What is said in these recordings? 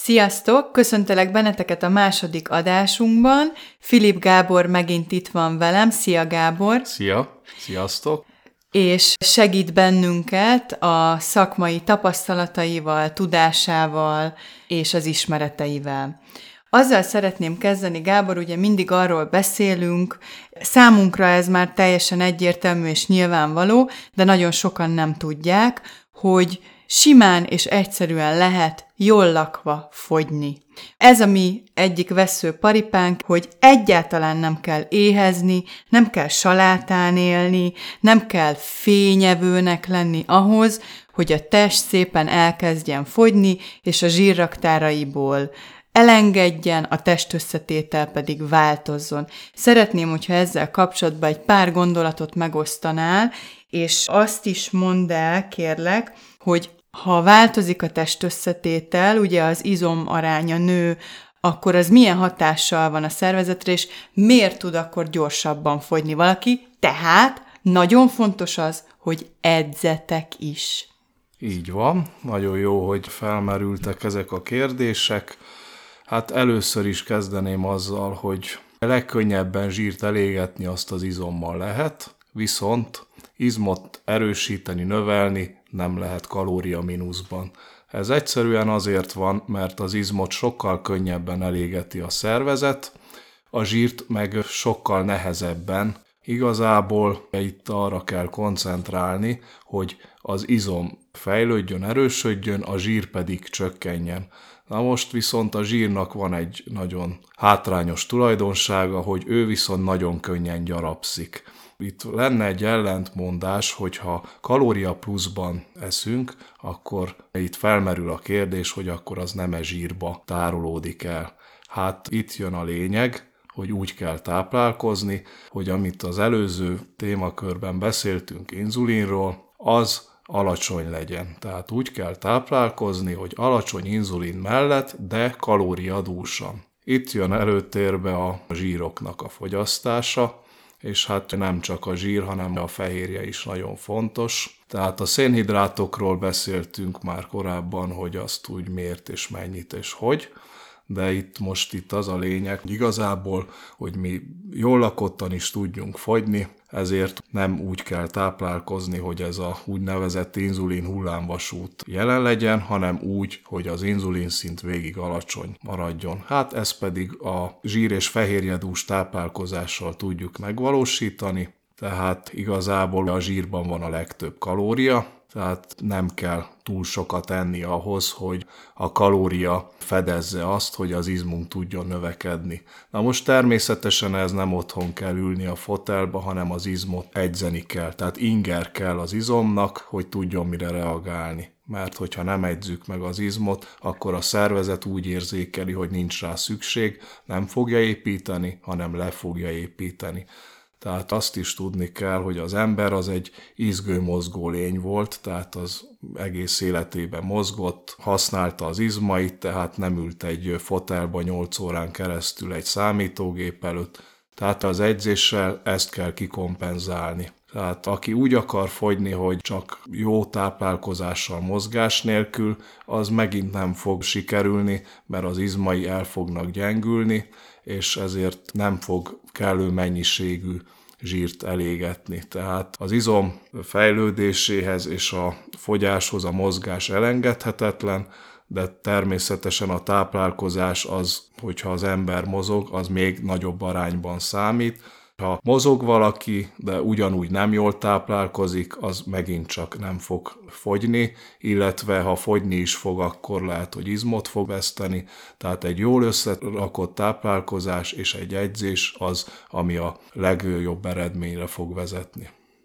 Sziasztok! Köszöntelek benneteket a második adásunkban. Filip Gábor megint itt van velem. Szia, Gábor! Szia! Sziasztok! És segít bennünket a szakmai tapasztalataival, tudásával és az ismereteivel. Azzal szeretném kezdeni, Gábor, ugye mindig arról beszélünk, számunkra ez már teljesen egyértelmű és nyilvánvaló, de nagyon sokan nem tudják, hogy simán és egyszerűen lehet jól lakva fogyni. Ez a mi egyik vessző paripánk, hogy egyáltalán nem kell éhezni, nem kell salátán élni, nem kell fényevőnek lenni ahhoz, hogy a test szépen elkezdjen fogyni, és a zsírraktáraiból elengedjen, a testösszetétel pedig változzon. Szeretném, hogyha ezzel kapcsolatban egy pár gondolatot megosztanál, és azt is mondd el, kérlek, hogy ha változik a testösszetétel, ugye az izom aránya nő, akkor az milyen hatással van a szervezetre, és miért tud akkor gyorsabban fogyni valaki? Tehát nagyon fontos az, hogy edzetek is. Így van, nagyon jó, hogy felmerültek ezek a kérdések. Hát először is kezdeném azzal, hogy legkönnyebben zsírt elégetni azt az izommal lehet, viszont izmot erősíteni, növelni nem lehet kalóriamínuszban. Ez egyszerűen azért van, mert az izmot sokkal könnyebben elégeti a szervezet, a zsírt meg sokkal nehezebben. Igazából itt arra kell koncentrálni, hogy az izom fejlődjön, erősödjön, a zsír pedig csökkenjen. Na most viszont a zsírnak van egy nagyon hátrányos tulajdonsága, hogy ő viszont nagyon könnyen gyarapszik. Itt lenne egy ellentmondás, hogyha kalória pluszban eszünk, akkor itt felmerül a kérdés, hogy akkor az nem-e zsírba tárolódik el. Hát itt jön a lényeg, hogy úgy kell táplálkozni, hogy amit az előző témakörben beszéltünk inzulinról, az alacsony legyen. Tehát úgy kell táplálkozni, hogy alacsony inzulin mellett, de kalóriadúsan. Itt jön előtérbe a zsíroknak a fogyasztása, és hát nem csak a zsír, hanem a fehérje is nagyon fontos. Tehát a szénhidrátokról beszéltünk már korábban, hogy azt úgy miért és mennyit és hogy, de itt az a lényeg, hogy igazából, hogy mi jól lakottan is tudjunk fogyni, ezért nem úgy kell táplálkozni, hogy ez a úgynevezett inzulin hullámvasút jelen legyen, hanem úgy, hogy az inzulin szint végig alacsony maradjon. Hát ezt pedig a zsír- és fehérjedús táplálkozással tudjuk megvalósítani, tehát igazából a zsírban van a legtöbb kalória, tehát nem kell túl sokat enni ahhoz, hogy a kalória fedezze azt, hogy az izmunk tudjon növekedni. Na most természetesen ez nem otthon kell ülni a fotelba, hanem az izmot edzeni kell. Tehát inger kell az izomnak, hogy tudjon mire reagálni. Mert hogyha nem edzük meg az izmot, akkor a szervezet úgy érzékeli, hogy nincs rá szükség, nem fogja építeni, hanem le fogja építeni. Tehát azt is tudni kell, hogy az ember az egy izgő mozgó lény volt, tehát az egész életében mozgott, használta az izmait, tehát nem ült egy fotelba 8 órán keresztül egy számítógép előtt. Tehát az edzéssel ezt kell kikompenzálni. Tehát aki úgy akar fogyni, hogy csak jó táplálkozással, mozgás nélkül, az megint nem fog sikerülni, mert az izmai el fognak gyengülni, és ezért nem fog kellő mennyiségű zsírt elégetni. Tehát az izom fejlődéséhez és a fogyáshoz a mozgás elengedhetetlen, de természetesen a táplálkozás az, hogyha az ember mozog, az még nagyobb arányban számít. Ha mozog valaki, de ugyanúgy nem jól táplálkozik, az megint csak nem fog fogyni, illetve ha fogyni is fog, akkor lehet, hogy izmot fog veszteni. Tehát egy jól összerakott táplálkozás és egy edzés az, ami a legjobb eredményre fog vezetni.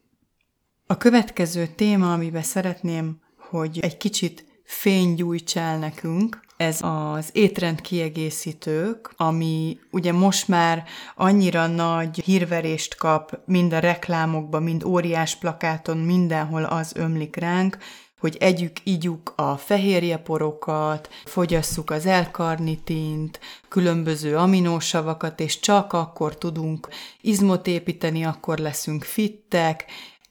A következő téma, amiben szeretném, hogy egy kicsit fénygyújtsál nekünk, ez az étrendkiegészítők, ami ugye most már annyira nagy hírverést kap, mind a reklámokban, mind óriás plakáton, mindenhol az ömlik ránk, hogy igyuk a fehérjeporokat, fogyasszuk az L-karnitint, különböző aminósavakat, és csak akkor tudunk izmot építeni, akkor leszünk fittek.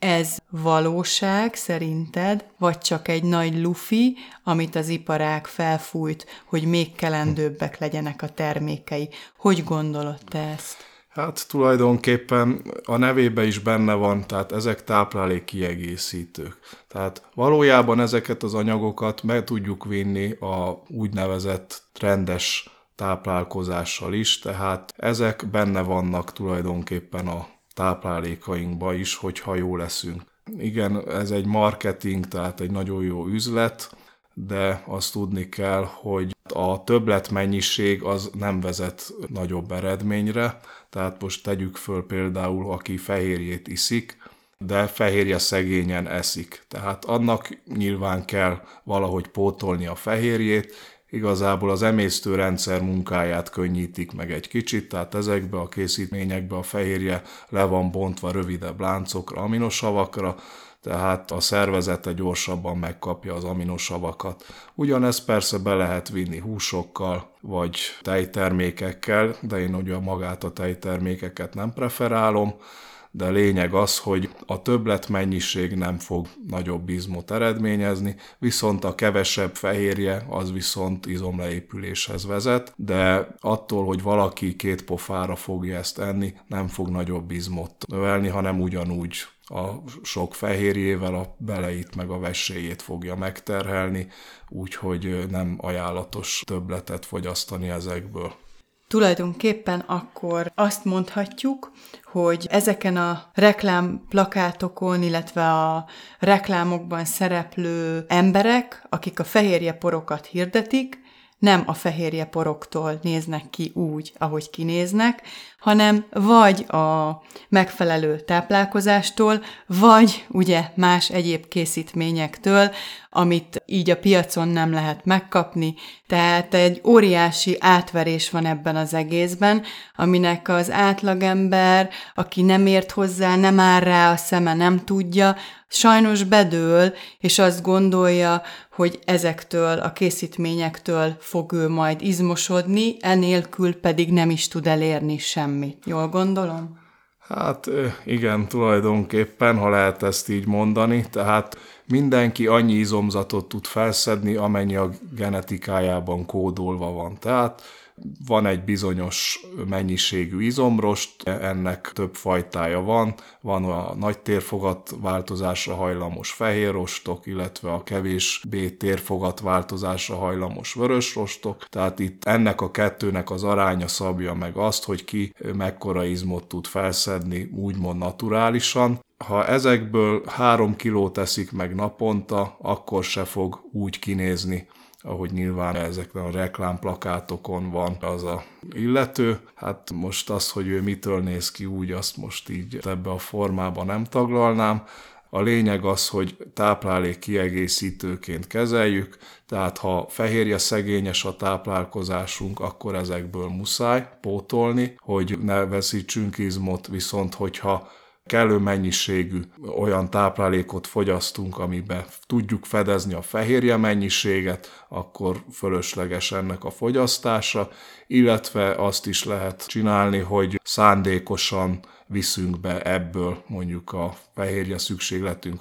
ez valóság szerinted, vagy csak egy nagy lufi, amit az iparág felfújt, hogy még kelendőbbek legyenek a termékei? Hogy gondolod te ezt? Hát tulajdonképpen a nevében is benne van, tehát ezek táplálékkiegészítők. Tehát valójában ezeket az anyagokat meg tudjuk vinni a úgynevezett rendes táplálkozással is, tehát ezek benne vannak tulajdonképpen a táplálékainkba is, hogyha jól leszünk. Igen, ez egy marketing, tehát egy nagyon jó üzlet, de azt tudni kell, hogy a többletmennyiség az nem vezet nagyobb eredményre, tehát most tegyük föl például, aki fehérjét iszik, de fehérje szegényen eszik. Tehát annak nyilván kell valahogy pótolni a fehérjét, igazából az emésztőrendszer munkáját könnyítik meg egy kicsit, tehát ezekbe a készítményekbe a fehérje le van bontva rövidebb láncokra, aminosavakra, tehát a szervezete gyorsabban megkapja az aminosavakat. Ugyanezt persze be lehet vinni húsokkal, vagy tejtermékekkel, de én ugye magát a tejtermékeket nem preferálom, de lényeg az, hogy a többletmennyiség nem fog nagyobb izmot eredményezni, viszont a kevesebb fehérje az viszont izomleépüléshez vezet, de attól, hogy valaki 2 pofára fogja ezt enni, nem fog nagyobb izmot növelni, hanem ugyanúgy a sok fehérjével a beleit meg a vesélyét fogja megterhelni, úgyhogy nem ajánlatos többletet fogyasztani ezekből. Tulajdonképpen akkor azt mondhatjuk, hogy ezeken a reklámplakátokon, illetve a reklámokban szereplő emberek, akik a fehérjeporokat hirdetik, nem a fehérjeporoktól néznek ki úgy, ahogy kinéznek, hanem vagy a megfelelő táplálkozástól, vagy ugye más egyéb készítményektől, amit így a piacon nem lehet megkapni. Tehát egy óriási átverés van ebben az egészben, aminek az átlagember, aki nem ért hozzá, nem áll rá a szeme, nem tudja, sajnos bedől, és azt gondolja, hogy ezektől a készítményektől fog ő majd izmosodni, enélkül pedig nem is tud elérni semmit. Jól gondolom? Hát igen, tulajdonképpen, ha lehet ezt így mondani, tehát mindenki annyi izomzatot tud felszedni, amennyi a genetikájában kódolva van. Tehát van egy bizonyos mennyiségű izomrost, ennek több fajtája van a nagy térfogat változásra hajlamos fehér rostok, illetve a kevésbé térfogat változásra hajlamos vörös rostok, tehát itt ennek a kettőnek az aránya szabja meg azt, hogy ki mekkora izmot tud felszedni úgymond naturálisan. Ha ezekből 3 kilót eszik meg naponta, akkor se fog úgy kinézni, ahogy nyilván ezekben a reklámplakátokon van az a illető. Hát most az, hogy ő mitől néz ki úgy, azt most így ebbe a formában nem taglalnám. A lényeg az, hogy táplálék kiegészítőként kezeljük, tehát ha fehérje szegényes a táplálkozásunk, akkor ezekből muszáj pótolni, hogy ne veszítsünk izmot, viszont hogyha kellő mennyiségű olyan táplálékot fogyasztunk, amiben tudjuk fedezni a fehérje mennyiséget, akkor fölösleges ennek a fogyasztása, illetve azt is lehet csinálni, hogy szándékosan viszünk be ebből mondjuk a fehérje szükségletünk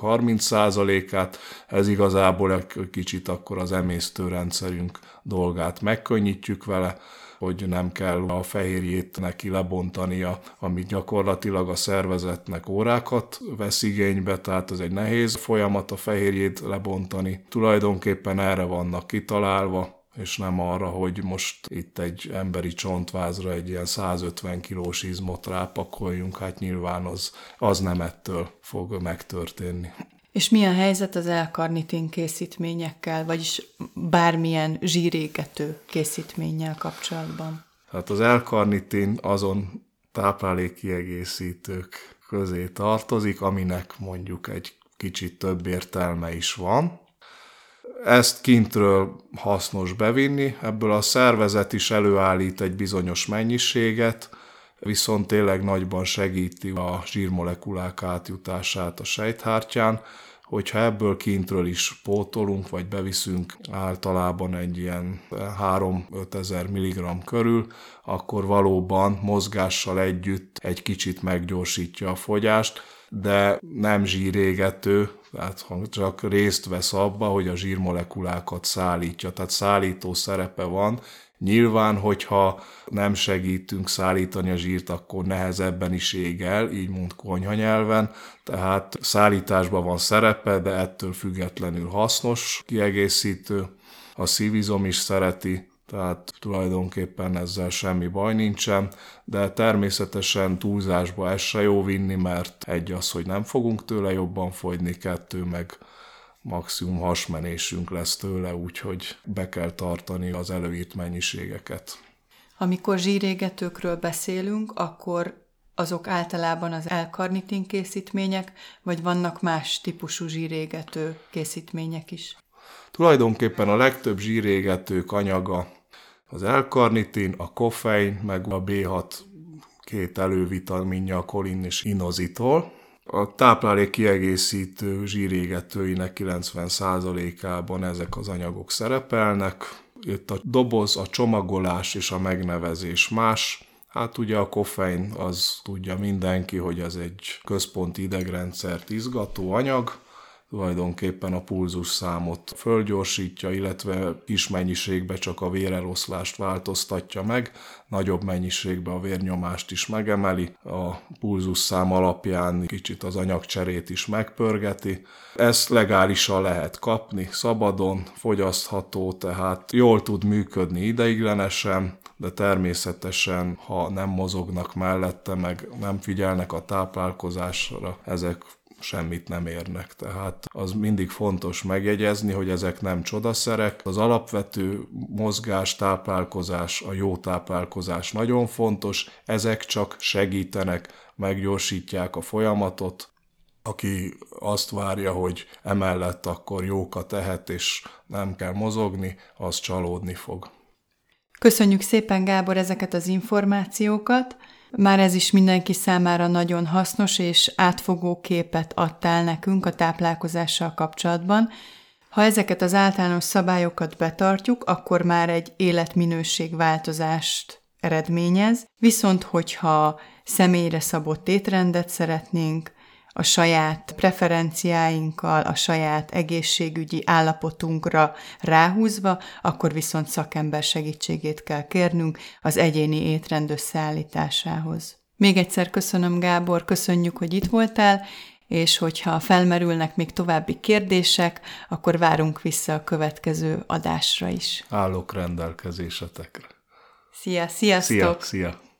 30%-át, ez igazából egy kicsit akkor az emésztőrendszerünk dolgát megkönnyítjük vele, hogy nem kell a fehérjét neki lebontania, ami gyakorlatilag a szervezetnek órákat vesz igénybe, tehát ez egy nehéz folyamat a fehérjét lebontani. Tulajdonképpen erre vannak kitalálva, és nem arra, hogy most itt egy emberi csontvázra egy ilyen 150 kilós izmot rápakoljunk, hát nyilván az nem ettől fog megtörténni. És mi a helyzet az L-karnitin készítményekkel, vagyis bármilyen zsírégető készítménnyel kapcsolatban? Hát az L-karnitin azon táplálékkiegészítők közé tartozik, aminek mondjuk egy kicsit több értelme is van. Ezt kintről hasznos bevinni, ebből a szervezet is előállít egy bizonyos mennyiséget, viszont tényleg nagyban segíti a zsírmolekulák átjutását a sejthártyán, hogyha ebből kintről is pótolunk, vagy beviszünk általában egy ilyen 3-5 ezer milligramm körül, akkor valóban mozgással együtt egy kicsit meggyorsítja a fogyást, de nem zsírégető, tehát csak részt vesz abba, hogy a zsírmolekulákat szállítja, tehát szállító szerepe van. Nyilván, hogyha nem segítünk szállítani a zsírt, akkor nehezebben is ég el, így mond konyhanyelven, tehát szállításban van szerepe, de ettől függetlenül hasznos kiegészítő. A szívizom is szereti, tehát tulajdonképpen ezzel semmi baj nincsen, de természetesen túlzásba ez se jó vinni, mert egy az, hogy nem fogunk tőle jobban fogyni, kettő meg maximum hasmenésünk lesz tőle, úgyhogy be kell tartani az előírt mennyiségeket. Amikor zsírégetőkről beszélünk, akkor azok általában az L-karnitin készítmények, vagy vannak más típusú zsírégető készítmények is? Tulajdonképpen a legtöbb zsírégetők anyaga az L-karnitin, a koffein, meg a B6 két elővitaminja, a kolin és inozitol. A táplálék kiegészítő zsírégetőinek 90%-ában ezek az anyagok szerepelnek. Itt a doboz, a csomagolás és a megnevezés más. Hát ugye a koffein, az tudja mindenki, hogy ez egy központi idegrendszert izgató anyag, tulajdonképpen a pulzusszámot fölgyorsítja, illetve kis mennyiségben csak a véreloszlást változtatja meg, nagyobb mennyiségben a vérnyomást is megemeli, a pulzusszám alapján kicsit az anyagcserét is megpörgeti. Ezt legálisan lehet kapni, szabadon, fogyasztható, tehát jól tud működni ideiglenesen, de természetesen, ha nem mozognak mellette, meg nem figyelnek a táplálkozásra, ezek semmit nem érnek. Tehát az mindig fontos megjegyezni, hogy ezek nem csodaszerek. Az alapvető mozgás, táplálkozás, a jó táplálkozás nagyon fontos, ezek csak segítenek, meggyorsítják a folyamatot. Aki azt várja, hogy emellett akkor jókat ehet és nem kell mozogni, az csalódni fog. Köszönjük szépen, Gábor, ezeket az információkat. Már ez is mindenki számára nagyon hasznos és átfogó képet adtál nekünk a táplálkozással kapcsolatban. Ha ezeket az általános szabályokat betartjuk, akkor már egy életminőségváltozást eredményez, viszont hogyha személyre szabott étrendet szeretnénk, a saját preferenciáinkkal, a saját egészségügyi állapotunkra ráhúzva, akkor viszont szakember segítségét kell kérnünk az egyéni étrend összeállításához. Még egyszer köszönöm, Gábor, köszönjük, hogy itt voltál, és hogyha felmerülnek még további kérdések, akkor várunk vissza a következő adásra is. Állok rendelkezésetekre. Sziasztok! Szia!